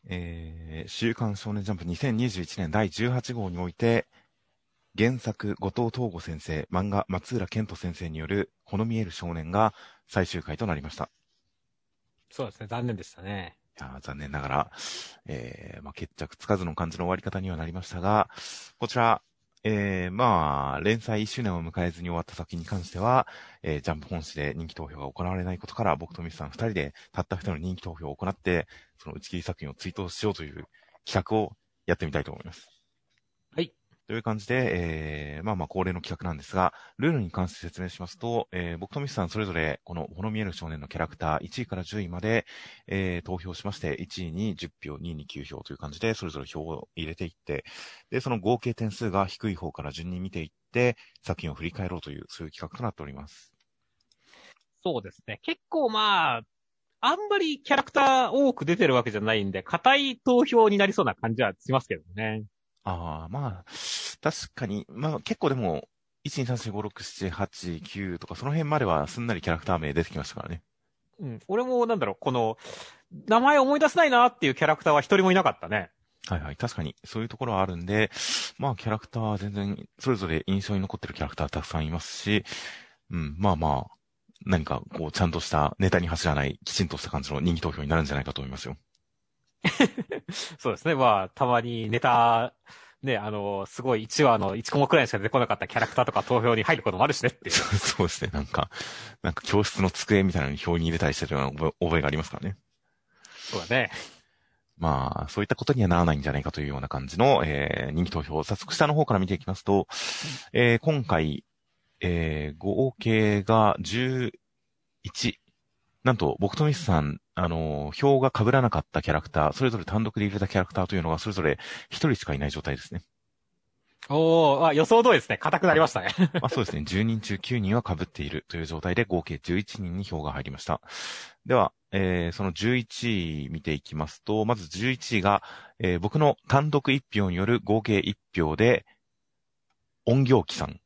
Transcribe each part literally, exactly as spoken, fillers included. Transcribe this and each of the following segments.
えー、週刊少年ジャンプにせんにじゅういちねんだいじゅうはちごうにおいて、原作後藤東吾先生、漫画松浦健人先生によるほの見える少年が最終回となりました。 そうですね、残念でしたね。 いやー残念ながら、えーまあ、決着つかずの感じの終わり方にはなりましたが、こちら、えー、まあ、連載いっしゅうねんを迎えずに終わった作品に関しては、えー、ジャンプ本誌で人気投票が行われないことから、僕とミスさんふたりでたったふたりの人気投票を行って、その打ち切り作品を追悼しようという企画をやってみたいと思います。 はい。 という感じで、えー、まあまあ恒例の企画なんですが、ルールに関して説明しますと、えー、僕とミスさんそれぞれ、このほの見える少年のキャラクターいちいからじゅういまで、えー、投票しまして、いちいにじゅっぴょう、にいにきゅうひょうという感じで、それぞれ票を入れていって、で、その合計点数が低い方から順に見ていって、作品を振り返ろうという、そういう企画となっております。 そうですね。結構まあ、あんまりキャラクター多く出てるわけじゃないんで、固い投票になりそうな感じはしますけどね。 ああ、まあ、確かに、まあ結構でも、いち、に、さん、よん、ご、ろく、なな、はち、きゅうとかその辺まではすんなりキャラクター名出てきましたからね。 うん。俺もなんだろう、この、名前思い出せないなっていうキャラクターは一人もいなかったね。 はいはい。確かに、そういうところはあるんで、まあ、キャラクターは全然、それぞれ印象に残ってるキャラクターたくさんいますし、うん、まあまあ、何か、こう、ちゃんとしたネタに走らない、きちんとした感じの人気投票になるんじゃないかと思いますよ。 そうですね。まあ、たまにネタ、ね、あの、すごいいちわのいちコマくらいしか出てこなかったキャラクターとか投票に入ることもあるしねっていう。 そうそうですね。なんか、なんか教室の机みたいなのに表に入れたりしてるような覚え覚えがありますからね。 そうだね。 まあ、そういったことにはならないんじゃないかというような感じの、えー、人気投票。早速下の方から見ていきますと、えー、今回、えー、合計がじゅういち。なんと、僕とミスさん、あの、票が被らなかったキャラクター、それぞれ単独で入れたキャラクターというのが、それぞれ一人しかいない状態ですね。 おー、あ、予想通りですね。硬くなりましたね。 まあそうですね。じゅうにん中きゅうにんは被っているという状態で、合計じゅういちにんに票が入りました。では、えー、そのじゅういちい見ていきますと、まずじゅういちいが、えー、僕の単独いち票による合計いち票で、音行機さん。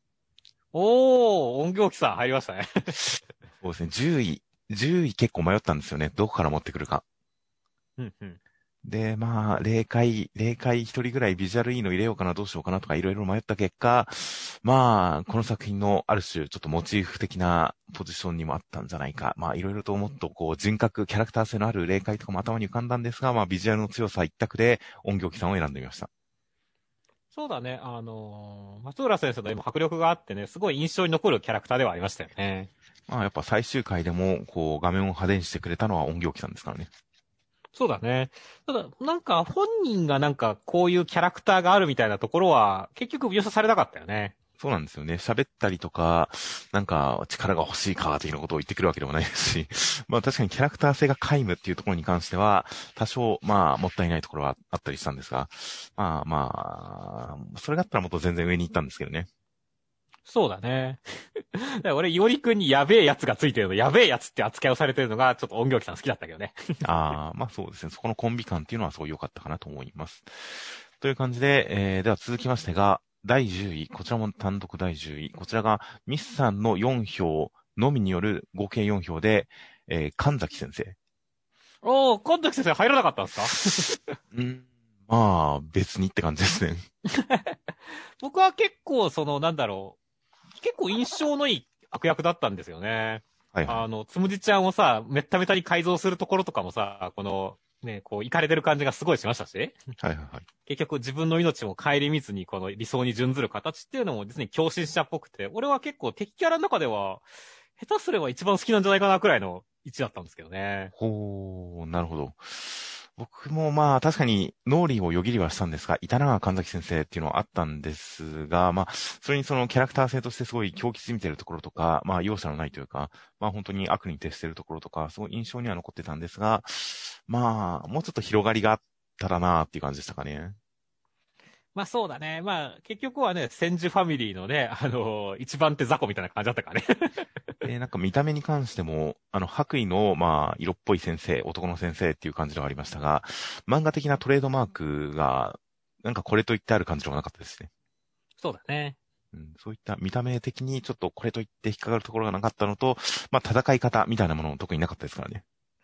おー、音響機さん入りましたね。 そうですね。じゅうい、じゅうい結構迷ったんですよね。どこから持ってくるか。 うんうん。 で、まあ、霊界、霊界一人ぐらいビジュアルいいの入れようかな、どうしようかなとかいろいろ迷った結果、まあ、この作品のある種、ちょっとモチーフ的なポジションにもあったんじゃないか。まあ、いろいろともっとこう、人格、キャラクター性のある霊界とかも頭に浮かんだんですが、まあ、ビジュアルの強さ一択で音響機さんを選んでみました。 そうだね。あのー、松浦先生の絵も迫力があってね、すごい印象に残るキャラクターではありましたよね。 まあ、やっぱ最終回でも、こう、画面を派手にしてくれたのは音響機さんですからね。 そうだね。ただ、なんか本人がなんかこういうキャラクターがあるみたいなところは、結局描写されなかったよね。 そうなんですよね。喋ったりとか、なんか力が欲しいか、的なことを言ってくるわけでもないですし、まあ確かにキャラクター性が皆無っていうところに関しては、多少、まあ、もったいないところはあったりしたんですが、まあまあ、それだったらもっと全然上に行ったんですけどね。 そうだね。だから俺、いおりくんにやべえやつがついてるの、やべえやつって扱いをされてるのが、ちょっと音響機さん好きだったけどね。 ああ、まあそうですね。そこのコンビ感っていうのはすごい良かったかなと思います。という感じで、えー、では続きましてが、だいじゅうい、こちらも単独だいじゅうい、こちらがミスさんのよん票のみによる合計よん票で、えー、神崎先生。 おー、神崎先生入らなかったんですか？ うん、まあ、別にって感じですね。 僕は結構、その、なんだろう。結構印象のいい悪役だったんですよね。 はいはい。 あの、つむじちゃんをさ、めっためたに改造するところとかもさ、この、ね、こう、イかれてる感じがすごいしましたし、 はいはいはい。 結局自分の命も顧みずに、この理想に準ずる形っていうのも実に狂信者っぽくて、俺は結構敵キャラの中では、下手すれば一番好きなんじゃないかなくらいの位置だったんですけどね。 ほー、なるほど。僕もまあ確かに脳裏をよぎりはしたんですが、板長神崎先生っていうのはあったんですが、まあ、それにそのキャラクター性としてすごい狂気じみてるところとか、まあ容赦のないというか、まあ本当に悪に徹してるところとか、すごい印象には残ってたんですが、まあ、もうちょっと広がりがあったらなっていう感じでしたかね。 まあそうだね。まあ結局はね、千住ファミリーのね、あのー一番手雑魚みたいな感じだったからね。 で、なんか見た目に関しても、あの、白衣の、まあ、色っぽい先生、男の先生っていう感じではありましたが、漫画的なトレードマークが、なんかこれと言ってある感じではなかったですね。 そうだね。 うん、そういった見た目的にちょっとこれと言って引っかかるところがなかったのと、まあ、戦い方みたいなものも特になかったですからね。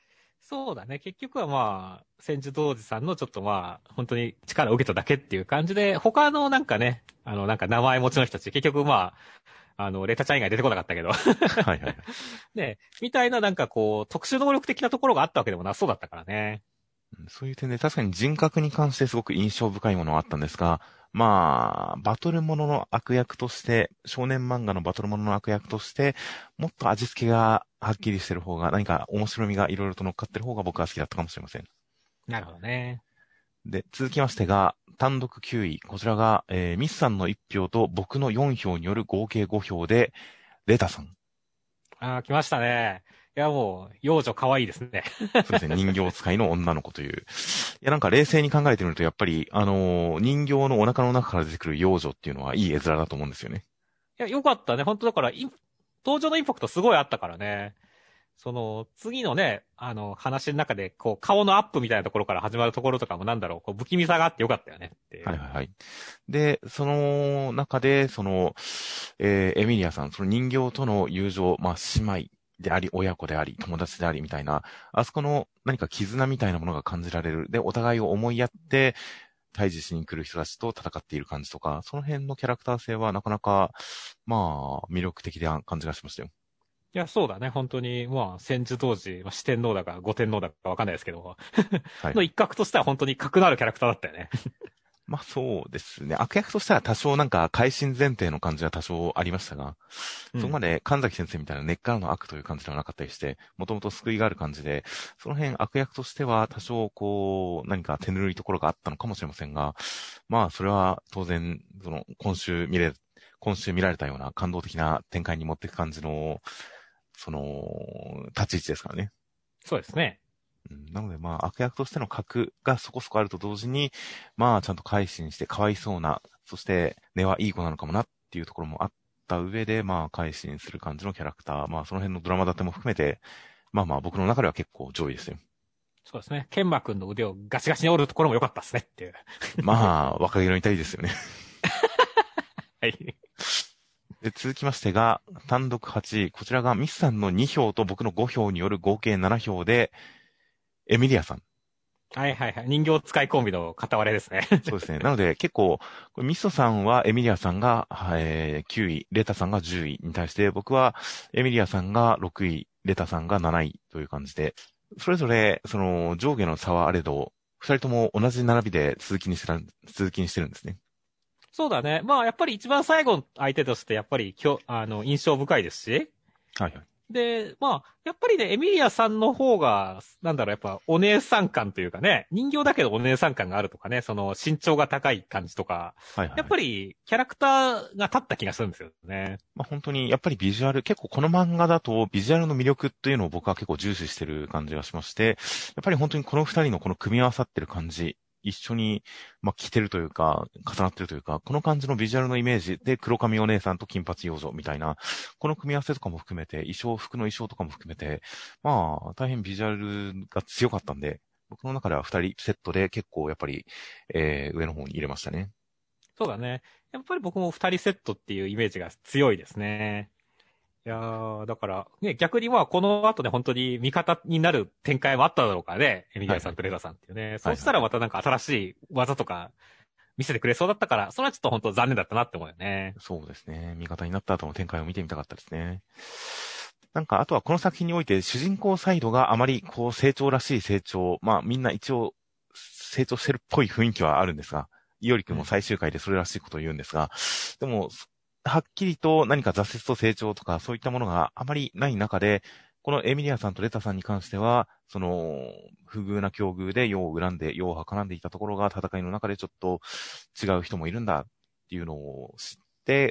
そうだね。結局はまあ、千住童子さんのちょっとまあ、本当に力を受けただけっていう感じで、他のなんかね、あの、なんか名前持ちの人たち、結局まあ、あの、レタちゃん以外出てこなかったけど。 はいはいはい。 ね、みたいななんかこう、特殊能力的なところがあったわけでもなそうだったからね。 うんそういう点で確かに人格に関してすごく印象深いものはあったんですが、まあ、バトルものの悪役として、少年漫画のバトルものの悪役として、もっと味付けがはっきりしてる方が、何か面白みがいろいろと乗っかってる方が僕は好きだったかもしれません。 なるほどね。 で、続きましてが、単独きゅうい。こちらが、えー、ミスさんのいち票と僕のよん票による合計ご票で、レタさん。 ああ、来ましたね。いやもう、幼女可愛いですね。 そうですね、人形使いの女の子という。いや、なんか冷静に考えてみると、やっぱり、あのー人形のお腹の中から出てくる幼女っていうのはいい絵面だと思うんですよね。 いや、よかったね。本当だから、イン登場のインパクトすごいあったからね。その、次のね、あの、話の中で、こう、顔のアップみたいなところから始まるところとかもなんだろう、こう、不気味さがあってよかったよねっていう。 はいはいはい。で、その中で、その、えーエミリアさん、その人形との友情、まあ、姉妹であり、親子であり、友達でありみたいな、あそこの何か絆みたいなものが感じられる。で、お互いを思いやって、対峙しに来る人たちと戦っている感じとか、その辺のキャラクター性はなかなか、まあ、魅力的な感じがしましたよ。 いや、そうだね。本当に、まあ、戦時当時、まあ、四天王だか五天王だかわかんないですけど、 はいはい。 の一角としては本当に格のあるキャラクターだったよね。 まあそうですね。悪役としては多少なんか改心前提の感じは多少ありましたが、 うん。 そこまで神崎先生みたいな根っからの悪という感じではなかったりして、もともと救いがある感じで、その辺悪役としては多少こう、何か手ぬるいところがあったのかもしれませんが、まあそれは当然、その今週見れ、今週見られたような感動的な展開に持っていく感じの、その、立ち位置ですからね。 そうですね。 うんなので、まあ、悪役としての格がそこそこあると同時に、まあ、ちゃんと改心してかわいそうな、そして根はいい子なのかもなっていうところもあった上で、まあ、改心する感じのキャラクター、まあ、その辺のドラマ立ても含めて、まあまあ、僕の中では結構上位ですよ。 そうですね。ケンマ君の腕をガチガチに折るところも良かったですねっていう。 まあ、若気の痛いですよね。 はい。 で、続きましてが、単独はちい、こちらがミスさんのに票と僕のご票による合計なな票で、エミリアさん。 はいはいはい。人形使いコンビの片割れですね。 そうですね。なので結構、これミソさんはエミリアさんが、えーきゅうい、レタさんがじゅういに対して、僕はエミリアさんがろくい、レタさんがなないという感じで、それぞれ、その上下の差はあれど、二人とも同じ並びで続きにしてらん、続きにしてるんですね。 そうだね。まあ、やっぱり一番最後の相手として、やっぱり、きょ、あの、印象深いですし。 はいはい。 で、まあ、やっぱりね、エミリアさんの方が、なんだろう、やっぱ、お姉さん感というかね、人形だけどお姉さん感があるとかね、その、身長が高い感じとか、やっはいはいはい。 ぱり、キャラクターが立った気がするんですよね。 まあ、本当に、やっぱりビジュアル、結構この漫画だとビジュアルの魅力っていうのを僕は結構重視してる感じがしまして、やっぱり本当にこの二人のこの組み合わさってる感じ、一緒に、まあ、着てるというか、重なってるというか、この感じのビジュアルのイメージで黒髪お姉さんと金髪幼女みたいな、この組み合わせとかも含めて、衣装、服の衣装とかも含めて、まあ、大変ビジュアルが強かったんで、僕の中では二人セットで結構やっぱり、えー、上の方に入れましたね。 そうだね。やっぱり僕も二人セットっていうイメージが強いですね。いやー、だから、ね、逆にまあ、この後ね、本当に味方になる展開もあっただろうからね、エミリはいはい。 アさんとレダさんっていうね。そうしはいはい。 たらまたなんか新しい技とか見せてくれそうだったから、それはちょっと本当残念だったなって思うよね。 そうですね。味方になった後の展開を見てみたかったですね。なんか、あとはこの作品において主人公サイドがあまりこう成長らしい成長、まあみんな一応成長してるっぽい雰囲気はあるんですが、いおりくんもうん。 最終回でそれらしいことを言うんですが、でも、はっきりと何か挫折と成長とかそういったものがあまりない中で、このエミリアさんとレタさんに関しては、その、不遇な境遇で世を恨んで、世を儚んでいたところが戦いの中でちょっと違う人もいるんだっていうのを知って、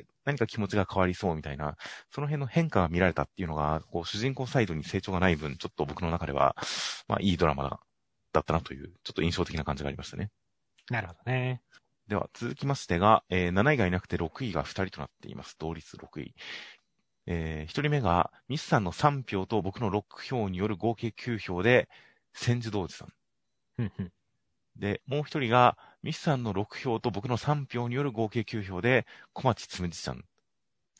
何か気持ちが変わりそうみたいな、その辺の変化が見られたっていうのが、こう、主人公サイドに成長がない分、ちょっと僕の中では、まあ、いいドラマだったなという、ちょっと印象的な感じがありましたね。 なるほどね。 では、続きましてが、えー、なないがいなくてろくいがふたりとなっています。同率ろくい。えー、ひとりめが、ミスさんのさん票と僕のろく票による合計きゅう票で、千住道司さん。 うんうん。 で、もう一人が、ミスさんのろく票と僕のさん票による合計きゅう票で、小町つむじちゃん。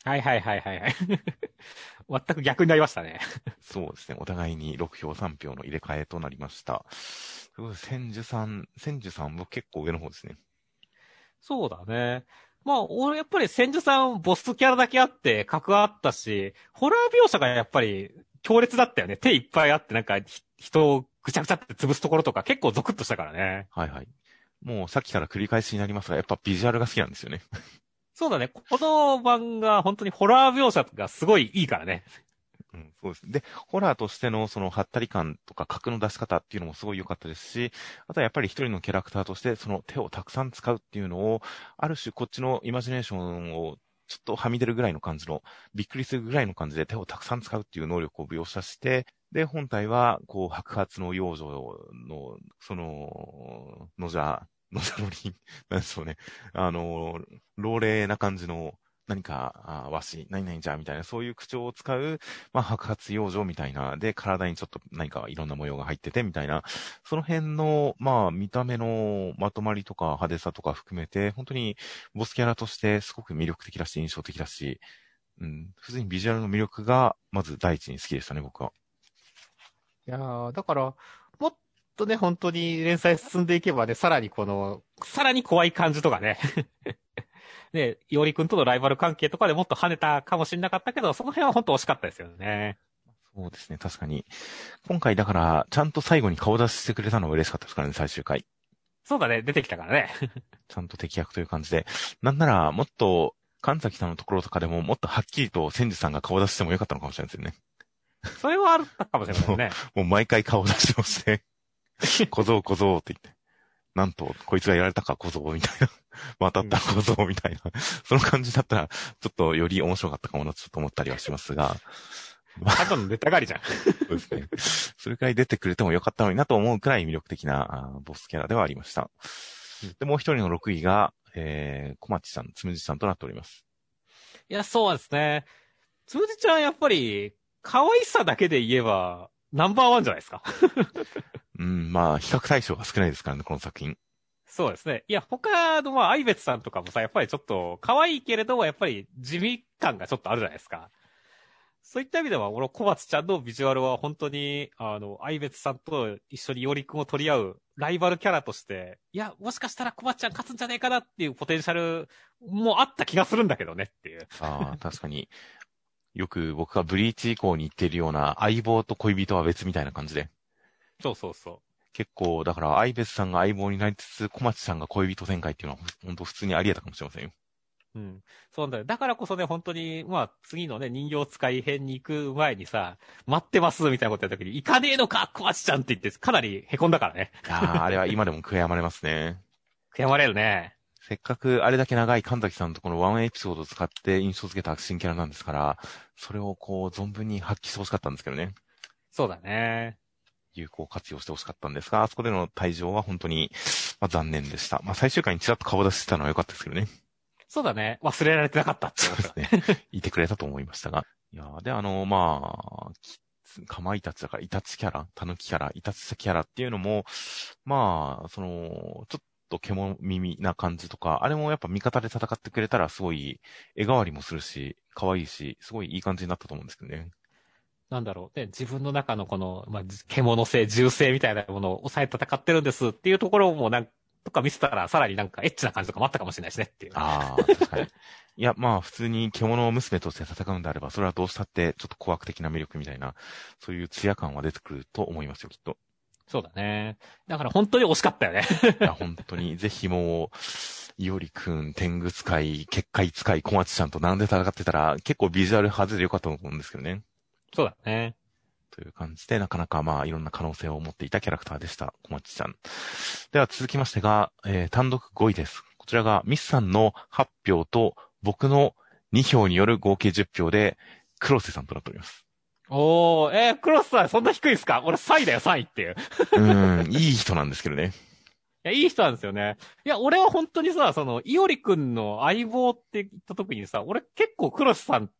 はいはいはいはいはい。全く逆になりましたね。 そうですね。お互いにろくひょうさんひょうの入れ替えとなりました。ということで、千住さん、千住さんも結構上の方ですね。 そうだね。まあ、俺やっぱり千住さんボスキャラだけあって格あったし、ホラー描写がやっぱり強烈だったよね。手いっぱいあってなんかひ人をぐちゃぐちゃって潰すところとか結構ゾクッとしたからね。 はいはい。もうさっきから繰り返しになりますが、やっぱビジュアルが好きなんですよね。 そうだね。この漫画本当にホラー描写がすごいいいからね。 うん、そうです。で、ホラーとしてのそのハったり感とか格の出し方っていうのもすごい良かったですし、あとはやっぱり一人のキャラクターとしてその手をたくさん使うっていうのを、ある種こっちのイマジネーションをちょっとはみ出るぐらいの感じの、びっくりするぐらいの感じで手をたくさん使うっていう能力を描写して、で、本体は、こう、白髪の幼女の、その、のじゃ、のじゃのり、なんでしょうね。あの、老齢な感じの、何か、あわし、何々じゃ、みたいな、そういう口調を使う、まあ、白髪幼女みたいな、で、体にちょっと何かいろんな模様が入ってて、みたいな、その辺の、まあ、見た目のまとまりとか派手さとか含めて、本当にボスキャラとしてすごく魅力的だし、印象的だし、うん、普通にビジュアルの魅力が、まず第一に好きでしたね、僕は。 いやー、だから、もっとね、本当に連載進んでいけばね、さらにこの、さらに怖い感じとかね。ね、いおりくんとのライバル関係とかでもっと跳ねたかもしれなかったけど、その辺は本当惜しかったですよね。 そうですね、確かに。今回だから、ちゃんと最後に顔出ししてくれたのが嬉しかったですからね、最終回。 そうだね、出てきたからね。 ちゃんと敵役という感じで。なんなら、もっと、神崎さんのところとかでも、もっとはっきりと千住さんが顔出してもよかったのかもしれないですよね。 それはあったかもしれないもう、 ね。 もう毎回顔出してまして、小僧小僧って言って。なんと、こいつがやられたか小僧みたいな。またった小僧みたいな。その感じだったら、ちょっとより面白かったかもな、ちょっと思ったりはしますが。 ただのネタ狩りじゃん。 そうですね。それくらい出てくれてもよかったのになと思うくらい魅力的なあボスキャラではありました。で、もう一人のろくいが、えー、小町さん、つむじさんとなっております。 いや、そうですね。つむじちゃんやっぱり、可愛さだけで言えば、ナンバーワンじゃないですか。 うん、まあ、比較対象が少ないですからね、この作品。 そうですね。いや、他の、まあ、愛別さんとかもさ、やっぱりちょっと、可愛いけれど、やっぱり地味感がちょっとあるじゃないですか。そういった意味では、俺、小松ちゃんのビジュアルは本当に、あの、愛別さんと一緒によりくんを取り合うライバルキャラとして、いや、もしかしたら小松ちゃん勝つんじゃねえかなっていうポテンシャルもあった気がするんだけどねっていう。 ああ、確かに。よく僕がブリーチ以降に言っているような相棒と恋人は別みたいな感じで。 そうそうそう。 結構、だから、愛別さんが相棒になりつつ、小町さんが恋人展開っていうのは、本当普通にあり得たかもしれませんよ。 うん。そうなんだよ。だからこそね、本当に、まあ、次のね、人形使い編に行く前にさ、待ってますみたいなことやった時に、行かねえのか小町ちゃんって言って、かなり凹んだからね。 いやー、あれは今でも悔やまれますね。 悔やまれるね。 せっかくあれだけ長い神崎さんのところのワンエピソードを使って印象付けた新キャラなんですから、それをこう、存分に発揮してほしかったんですけどね。 そうだね。 有効活用してほしかったんですが、あそこでの退場は本当に、まあ、残念でした。まあ、最終回にちらっと顔出してたのは良かったですけどね。 そうだね。忘れられてなかったってそう思った。 ですね。いてくれたと思いましたが。いやーで、あの、まあ、かまいたちだからイタチキャラ、タヌキキャラ、イタチキャラっていうのも、まあ、その、ちょっと獣耳な感じとか、あれもやっぱ味方で戦ってくれたらすごい絵代わりもするし、可愛いし、すごいいい感じになったと思うんですけどね。 なんだろう。で、自分の中のこの、まあ、獣性、銃性みたいなものを抑えて戦ってるんですっていうところもなんとか見せたら、さらになんかエッチな感じとかもあったかもしれないですねっていう。 ああ、確かに。いや、まあ、普通に獣娘として戦うんであれば、それはどうしたってちょっと怖く的な魅力みたいな、そういう艶感は出てくると思いますよ、きっと。 そうだね。だから本当に惜しかったよね。 いや、本当に、ぜひもう、いおりくん、天狗使い、結界使い、小町ちゃんと並んで戦ってたら、結構ビジュアル外れでよかったと思うんですけどね。 そうだね。 という感じで、なかなかまあ、いろんな可能性を持っていたキャラクターでした、小町ちゃん。では続きましてが、えー、単独ごいです。こちらが、ミスさんのはちひょうと、僕のにひょうによる合計じゅっぴょうで、黒瀬さんとなっております。 おー、えー、クロスさんそんな低いですか？俺さいだよ、さいっていう。 うーん、いい人なんですけどね。 いや、いい人なんですよね。いや、俺は本当にさ、その、いおりくんの相棒って言った時にさ、俺結構クロスさんって、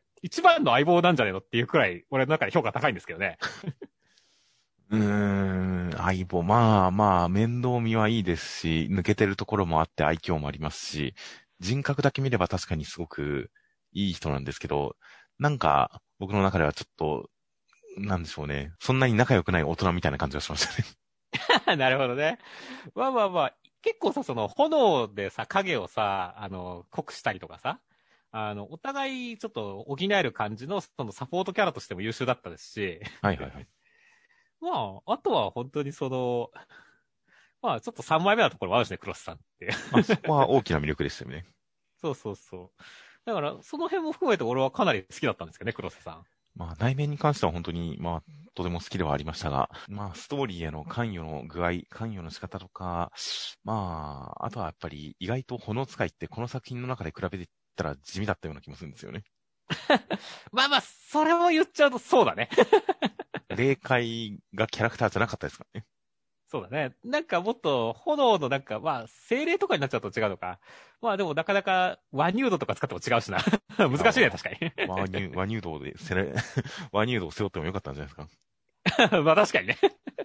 一番の相棒なんじゃねえのっていうくらい、俺の中で評価高いんですけどね。 うーん、相棒。まあまあ、面倒見はいいですし、抜けてるところもあって愛嬌もありますし、人格だけ見れば確かにすごくいい人なんですけど、なんか、僕の中ではちょっと、なんでしょうね。そんなに仲良くない大人みたいな感じがしましたね。 なるほどね。まあまあまあ、結構さ、その炎でさ、影をさ、あの、濃くしたりとかさ、あの、お互いちょっと補える感じの、そのサポートキャラとしても優秀だったですし、 はいはいはい。 まあ、あとは本当にその、まあ、ちょっとさんまいめなところもあるしね、クロスさんって。 まあそこは大きな魅力でしたよね。 そうそうそう。だから、その辺も含めて俺はかなり好きだったんですけどね、クロスさん。 まあ内面に関しては本当に、まあとても好きではありましたが、まあストーリーへの関与の具合、関与の仕方とか、まあ、あとはやっぱり意外と炎使いってこの作品の中で比べていったら地味だったような気もするんですよね。 まあまあ、それを言っちゃうとそうだね。 霊界がキャラクターじゃなかったですからね。 そうだね。なんかもっと炎のなんか、まあ、精霊とかになっちゃうと違うのか。まあでもなかなか和乳度とか使っても違うしな。難しいね、確かに。 和乳、和乳道でせれ、和乳道を背負ってもよかったんじゃないですか。 まあ確かにね。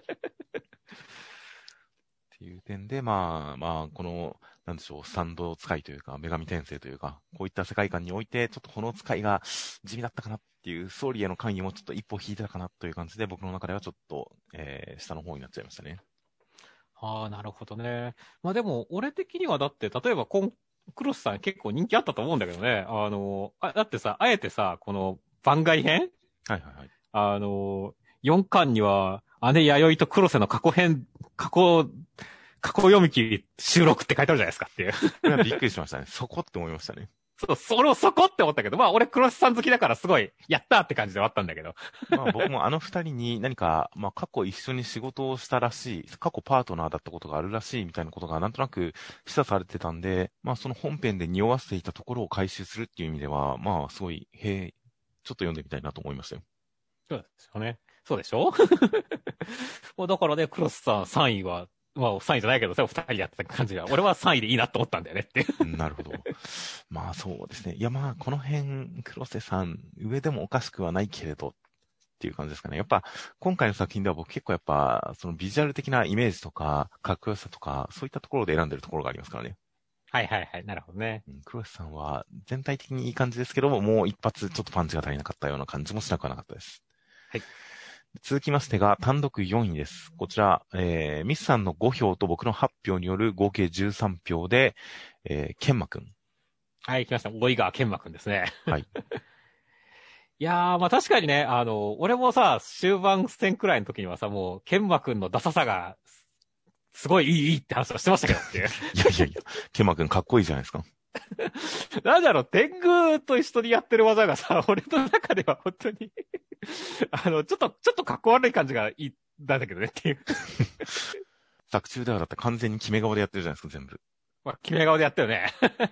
っていう点で、まあ、まあ、この、なんでしょう、スタンド使いというか、女神転生というか、こういった世界観において、ちょっとこの使いが地味だったかなっていう、ストーリーへの関与もちょっと一歩引いてたかなという感じで、僕の中ではちょっと、えー、下の方になっちゃいましたね。 ああ、なるほどね。まあでも、俺的にはだって、例えばコン、クロスさん結構人気あったと思うんだけどね。あの、あ、だってさ、あえてさ、この番外編はいはいはい。 あの、よんかんには、姉弥生と黒瀬の過去編、過去、過去読み切り収録って書いてあるじゃないですかっていう。 これはびっくりしましたね。そこって思いましたね。 そう、それをそこって思ったけど、まあ俺クロスさん好きだからすごい、やったーって感じではあったんだけど。 まあ僕もあの二人に何か、まあ過去一緒に仕事をしたらしい、過去パートナーだったことがあるらしいみたいなことがなんとなく示唆されてたんで、まあその本編で匂わせていたところを回収するっていう意味では、まあすごい、へえ、ちょっと読んでみたいなと思いましたよ。 そうですよね。そうでしょもうだからね、クロスさんさんいは、まあさんいじゃないけどさ、ふたりやってた感じが、俺はさんいでいいなって思ったんだよねっていう。 なるほど。まあそうですね。いやまあこの辺、黒瀬さん、上でもおかしくはないけれどっていう感じですかね。やっぱ今回の作品では僕結構やっぱそのビジュアル的なイメージとか、かっこよさとか、そういったところで選んでるところがありますからね。 はいはいはい、なるほどね。 うん、黒瀬さんは全体的にいい感じですけども、もう一発ちょっとパンチが足りなかったような感じもしなくはなかったです。 はい。 続きましてが単独よんいです。こちら、えー、ミスさんのご票と僕のはち票による合計じゅうさん票で、えー、ケンマくん。 はい、来ました。大井川健馬くんですね。 はい。 いやー、まあ確かにね、あの、俺もさ、終盤戦くらいの時にはさ、もう、ケンマくんのダサさが、すごいいい、いいって話をしてましたけどっていう。 いやいやいや、ケンマくんかっこいいじゃないですか。 なんだろう、天狗と一緒にやってる技がさ、俺の中では本当にあの、ちょっと、ちょっとかっこ悪い感じがいい、なんだけどねっていう。 作中ではだって完全に決め顔でやってるじゃないですか、全部。 まあ、決め顔でやったよね。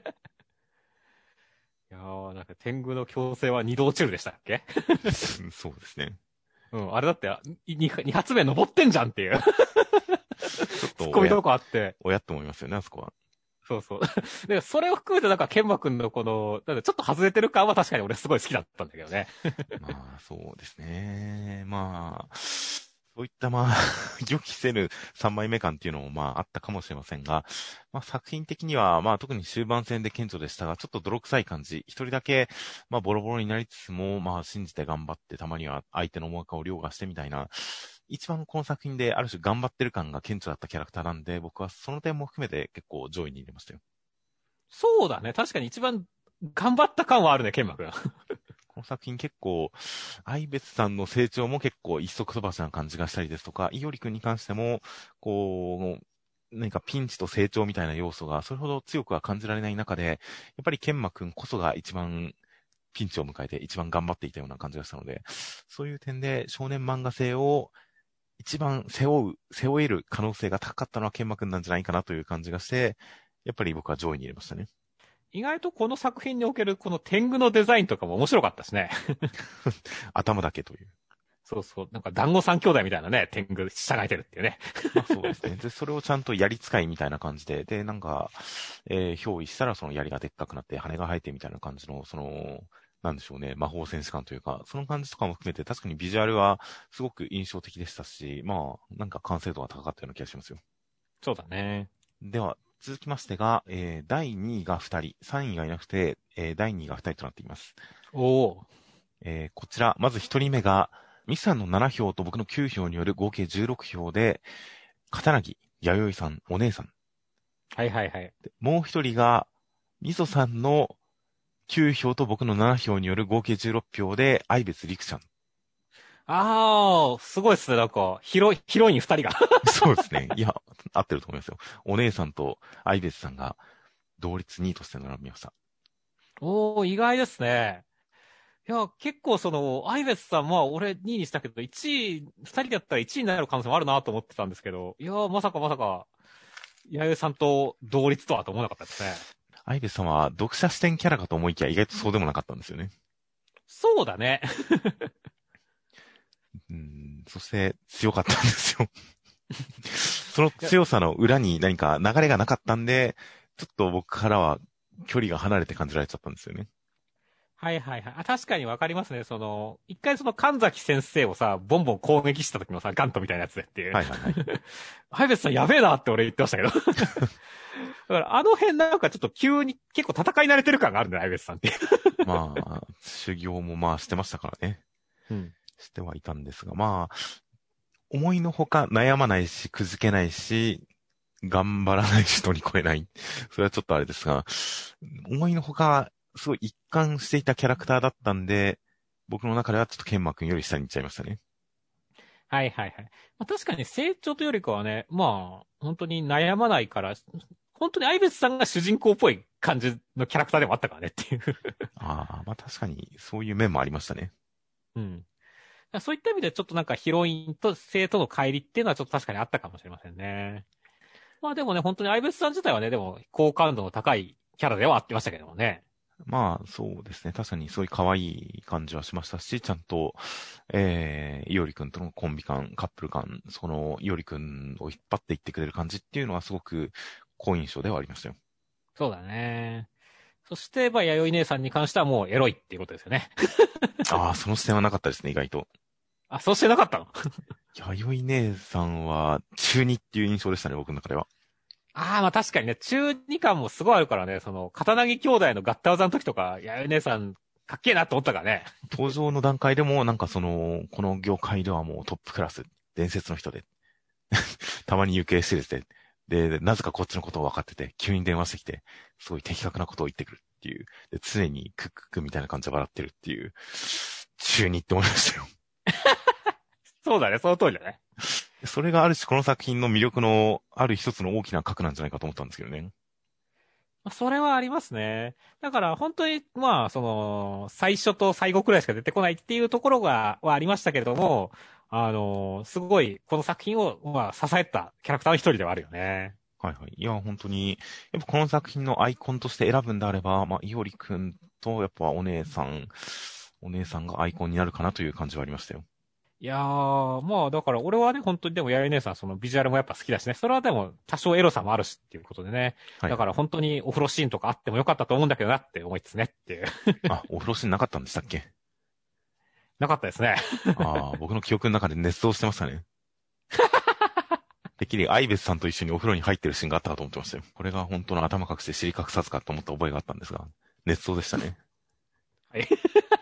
いやー、なんか天狗の強制は二度落ちるでしたっけ？ そうですね。 うん、あれだって、二発目登ってんじゃんっていう。 ちょっとツッコミとこあって。 親って思いますよね、あそこは。 そうそう。で、それを含めてなんか、ケンマくんのこの、なんかちょっと外れてる感は確かに俺すごい好きだったんだけどね。 まあ、そうですね。まあ、そういったまあ、予期せぬさんまいめ感っていうのもまああったかもしれませんが、まあ作品的にはまあ特に終盤戦で顕著でしたが、ちょっと泥臭い感じ。一人だけまあボロボロになりつつも、まあ信じて頑張ってたまには相手の思惑を凌駕してみたいな、一番この作品である種頑張ってる感が顕著だったキャラクターなんで、僕はその点も含めて結構上位に入れましたよ。 そうだね。確かに一番頑張った感はあるね、ケンマくん。 この作品結構、愛別さんの成長も結構一足飛ばしな感じがしたりですとか、いおりくんに関しても、こう、何かピンチと成長みたいな要素がそれほど強くは感じられない中で、やっぱりケンマくんこそが一番ピンチを迎えて一番頑張っていたような感じがしたので、そういう点で少年漫画性を一番背負う、背負える可能性が高かったのはケンマくんなんじゃないかなという感じがして、やっぱり僕は上位に入れましたね。 意外とこの作品におけるこの天狗のデザインとかも面白かったしね。 頭だけという。 そうそう。なんか団子三兄弟みたいなね、天狗従えてるっていうね。 まあそうですね。で、それをちゃんと槍使いみたいな感じで、で、なんか、えー、憑依したらその槍がでっかくなって羽が生えてみたいな感じの、その、なんでしょうね、魔法戦士感というか、その感じとかも含めて確かにビジュアルはすごく印象的でしたし、まあ、なんか完成度が高かったような気がしますよ。 そうだね。 では、 続きましてが、えー、だいにいがふたり、さんいがいなくて、えー、だいにいがふたりとなっています。 おー。 えー、こちら、まずひとりめが、ミスさんのななひょうと僕のきゅうひょうによる合計じゅうろくひょうで、片桐弥生さん、お姉さん。 はいはいはい。 もうひとりが、みそさんのきゅうひょうと僕のななひょうによる合計じゅうろくひょうで、愛別陸ちゃん。 あー、すごいっすね。なんか、ヒロ、ヒロイン二人が。 そうですね。いや、合ってると思いますよ。お姉さんと愛別さんが同率にいとして並びました。 おー、意外ですね。いや、結構その、アイベスさん、まあ、俺にいにしたけど、いちい、ふたりだったらいちいになる可能性もあるなと思ってたんですけど、いや、まさかまさか、弥生さんと同率とはと思わなかったですね。 愛別さんは読者視点キャラかと思いきや意外とそうでもなかったんですよね。 そうだね。 うん、そして強かったんですよ。その強さの裏に何か流れがなかったんで、ちょっと僕からは距離が離れて感じられちゃったんですよね。 はいはいはい。あ、確かにわかりますね。その、一回その神崎先生をさ、ボンボン攻撃した時のさ、ガントみたいなやつでっていう。 はいはいはい。 ハイベスさんやべえなって俺言ってましたけど。だからあの辺なんかちょっと急に結構戦い慣れてる感があるんだよ、ハイベスさんって。 まあ、修行もまあしてましたからね。 うん。 してはいたんですが、まあ、思いのほか悩まないし、くじけないし、頑張らないし乗り越えない。それはちょっとあれですが、思いのほか、すごい一貫していたキャラクターだったんで、僕の中ではちょっとケンマくんより下に行っちゃいましたね。 はいはいはい。まあ、確かに成長というよりかはね、まあ、本当に悩まないから、本当にアイベスさんが主人公っぽい感じのキャラクターでもあったからねっていう。 ああ、まあ確かにそういう面もありましたね。 うん。そういった意味でちょっとなんかヒロインと生との乖離っていうのはちょっと確かにあったかもしれませんね。まあでもね、本当にアイベスさん自体はね、でも好感度の高いキャラではあってましたけどもね。 まあそうですね。確かにそういう可愛い感じはしましたし、ちゃんと、えー、いおりくんとのコンビ感、カップル感、そのいおりくんを引っ張っていってくれる感じっていうのはすごく好印象ではありましたよ。 そうだね。そして、まあ、弥生姉さんに関してはもうエロいっていうことですよね。 ああ、その視点はなかったですね、意外と。 あ、そうしてなかったの？ 弥生姉さんは中二っていう印象でしたね、僕の中では。 ああ、まあ確かにね、中二感もすごいあるからね、その、片投げ兄弟の合体技の時とか、弥生姉さん、かっけえなと思ったからね。 登場の段階でも、なんかその、この業界ではもうトップクラス、伝説の人で、たまに行方知れてて、で、なぜかこっちのことを分かってて、急に電話してきて、すごい的確なことを言ってくるっていう、で、常にクックックみたいな感じで笑ってるっていう、中二って思いましたよ。 そうだね、その通りだね。 それがある種この作品の魅力のある一つの大きな核なんじゃないかと思ったんですけどね。 まあそれはありますね。だから本当に、まあ、その、最初と最後くらいしか出てこないっていうところが、はありましたけれども、あの、すごい、この作品を、まあ、支えたキャラクターの一人ではあるよね。 はいはい。いや、本当に、やっぱこの作品のアイコンとして選ぶんであれば、まあ、いおりくんと、やっぱお姉さん、お姉さんがアイコンになるかなという感じはありましたよ。 いやー、まあ、だから俺はね、本当にでも、やい姉さん、そのビジュアルもやっぱ好きだしね、それはでも、多少エロさもあるしっていうことでね。 はいはい。 だから本当にお風呂シーンとかあってもよかったと思うんだけどなって思いつつねっていう。 あ、お風呂シーンなかったんでしたっけ？ なかったですね。 ああ、僕の記憶の中で熱造してましたね。てっきりアイベスさんと一緒にお風呂に入ってるシーンがあったかと思ってましたよ。これが本当の頭隠して尻隠さずかと思った覚えがあったんですが、熱造でしたね。 はい。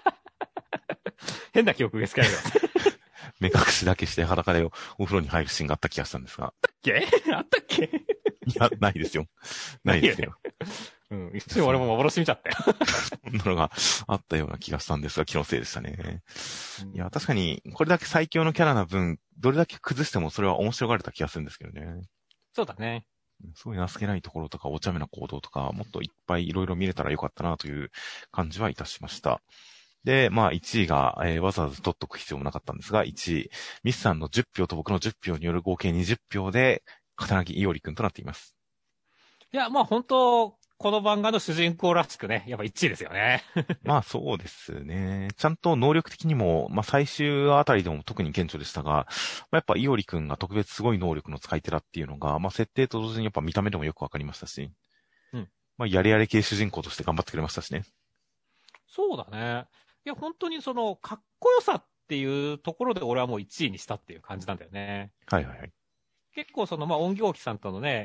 変な記憶がつけられてます。 目隠しだけして裸でお風呂に入るシーンがあった気がしたんですが。 けあったっけ？ いや、ないですよ。ないですよ。 うん、一瞬俺も幻見ちゃったよ。 そんなのがあったような気がしたんですが、気のせいでしたね。 うんいや、確かに、これだけ最強のキャラな分、どれだけ崩してもそれは面白がれた気がするんですけどね。 そうだね。 すごい情けないところとか、お茶目な行動とか、もっといっぱいいろいろ見れたらよかったなという感じはいたしました。で、まあいちいが、えーわざわざ取っとく必要もなかったんですが、いちい、ミスさんのじゅっぴょうと僕のじゅっぴょうによる合計にじゅっぴょうで、片桐いおりくんとなっています。 いや、まあ本当、この漫画の主人公らしくね、やっぱいちいですよね。 まあそうですね。ちゃんと能力的にも、まあ最終あたりでも特に顕著でしたが、まあ、やっぱいおりくんが特別すごい能力の使い手だっていうのが、まあ設定と同時にやっぱ見た目でもよくわかりましたし、 うん。 まあやれやれ系主人公として頑張ってくれましたしね。 そうだね。いや、本当にその、かっこよさっていうところで俺はもういちいにしたっていう感じなんだよね。 はいはいはい。 結構その、まあ音響機さんとのね、いや、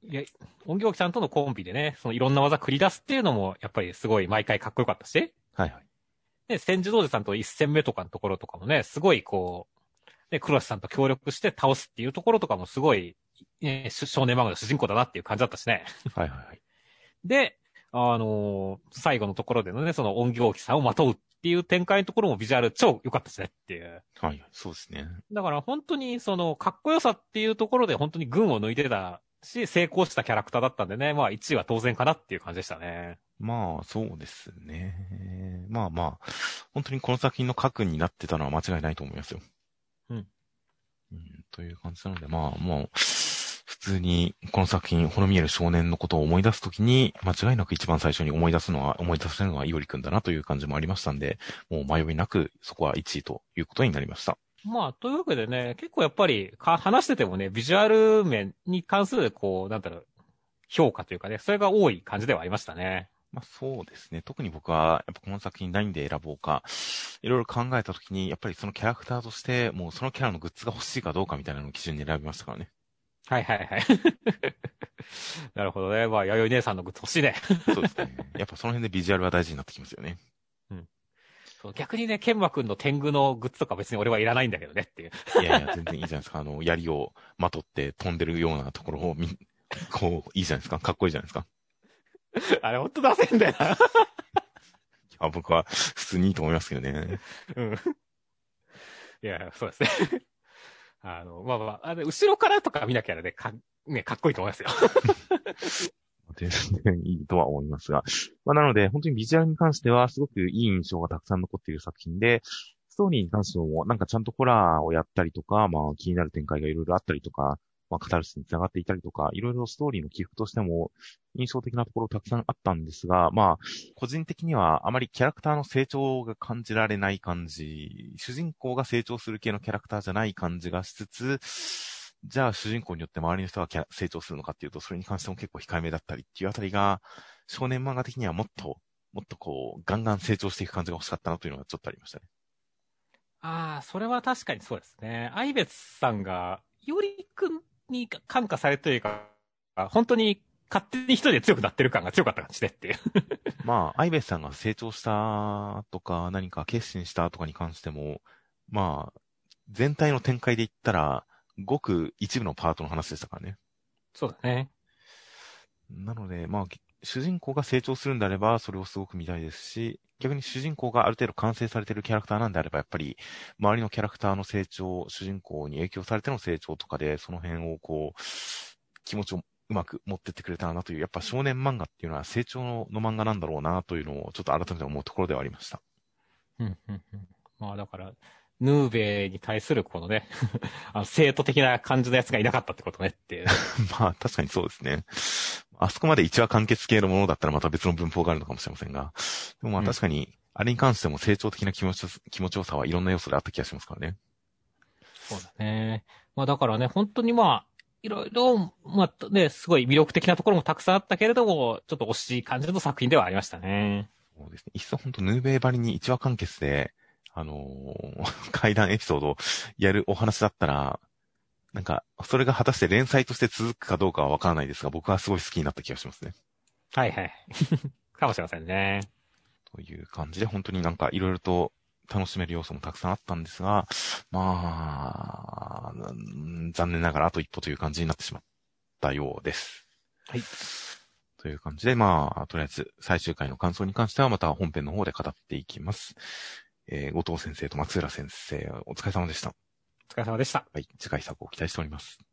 いや、音響さんとのコンビでね、そのいろんな技繰り出すっていうのも、やっぱりすごい毎回かっこよかったし、 はいはい。 で、千住道寺さんと一戦目とかのところとかもね、すごいこう、ね、黒瀬さんと協力して倒すっていうところとかもすごい、ね、少年漫画の主人公だなっていう感じだったしね。 はいはいはい。 で、あのー最後のところでのね、その音響機さんをまとうっていう展開のところもビジュアル超良かったしねっていう。 はい、そうですね。 だから本当にそのかっこよさっていうところで本当に群を抜いてたし、成功したキャラクターだったんでね、まあいちいは当然かなっていう感じでしたね。 まあ、そうですね。まあまあ、本当にこの作品の核になってたのは間違いないと思いますよ。 うん。 うん、という感じなので、まあ、もう、普通にこの作品、ほの見える少年のことを思い出すときに、間違いなく一番最初に思い出すのは、思い出せるのはイオリくんだなという感じもありましたんで、もう迷いなくそこはいちいということになりました。 まあ、というわけでね、結構やっぱりか話しててもね、ビジュアル面に関する、こう、なんだろう、評価というかね、それが多い感じではありましたね。 まあそうですね。特に僕は、やっぱこの作品何で選ぼうか、いろいろ考えたときに、やっぱりそのキャラクターとして、もうそのキャラのグッズが欲しいかどうかみたいなのを基準に選びましたからね。 はいはいはい。なるほどね。まあ、弥生姉さんのグッズ欲しいね。 そうですね。やっぱその辺でビジュアルは大事になってきますよね。 うん。そう逆にね、ケンマくんの天狗のグッズとか別に俺はいらないんだけどねっていう。 いやいや、全然いいじゃないですか。あの、槍をまとって飛んでるようなところを見、こう、いいじゃないですか。かっこいいじゃないですか。 あれほんと出せんだよな。 いや、僕は普通にいいと思いますけどね。 うん。いや、そうですね。あの、まあまあ、あの後ろからとか見なきゃね、か、ね、かっこいいと思いますよ。 全然いいとは思いますが。まあ、なので、本当にビジュアルに関しては、すごくいい印象がたくさん残っている作品で、ストーリーに関しても、なんかちゃんとホラーをやったりとか、まあ、気になる展開がいろいろあったりとか、まあ、カタルシスに繋がっていたりとか、いろいろストーリーの起伏としても、印象的なところたくさんあったんですが、まあ、個人的にはあまりキャラクターの成長が感じられない感じ、主人公が成長する系のキャラクターじゃない感じがしつつ、じゃあ主人公によって周りの人がキャラ成長するのかっていうと、それに関しても結構控えめだったりっていうあたりが、少年漫画的にはもっと、もっとこう、ガンガン成長していく感じが欲しかったなというのがちょっとありましたね。 ああ、それは確かにそうですね。アイベツさんが、よりくんに感化されというか、本当に勝手に一人で強くなってる感が強かった感じでっていう。 まあ、アイベスさんが成長したとか、何か決心したとかに関しても、まあ、全体の展開で言ったら、ごく一部のパートの話でしたからね。 そうだね。 なので、まあ、主人公が成長するんであれば、それをすごく見たいですし、逆に主人公がある程度完成されているキャラクターなんであれば、やっぱり、周りのキャラクターの成長、主人公に影響されての成長とかで、その辺をこう、気持ちをうまく持ってってくれたらなという、やっぱ少年漫画っていうのは成長の漫画なんだろうなというのを、ちょっと改めて思うところではありました。 うん、うん、うん。まあだから、ヌーベに対するこのね、あの、生徒的な感じのやつがいなかったってことねっていう。 まあ、確かにそうですね。あそこまで一話完結系のものだったらまた別の文法があるのかもしれませんが。でもまあ確かに、あれに関しても成長的な気持ち、気持ちよさはいろんな要素であった気がしますからね。 そうだね。まあだからね、本当にまあ、いろいろ、まあね、すごい魅力的なところもたくさんあったけれども、ちょっと惜しい感じの作品ではありましたね。 そうですね。いっそ本当ヌーベイばりに一話完結で、あのー、怪談エピソードをやるお話だったら、なんか、それが果たして連載として続くかどうかはわからないですが、僕はすごい好きになった気がしますね。 はいはい。かもしれませんね。 という感じで、本当になんかいろいろと楽しめる要素もたくさんあったんですが、まあ、残念ながらあと一歩という感じになってしまったようです。 はい。 という感じで、まあ、とりあえず最終回の感想に関してはまた本編の方で語っていきます。えー、後藤先生と松浦先生、お疲れ様でした。 お疲れ様でした。 はい、次回作を期待しております。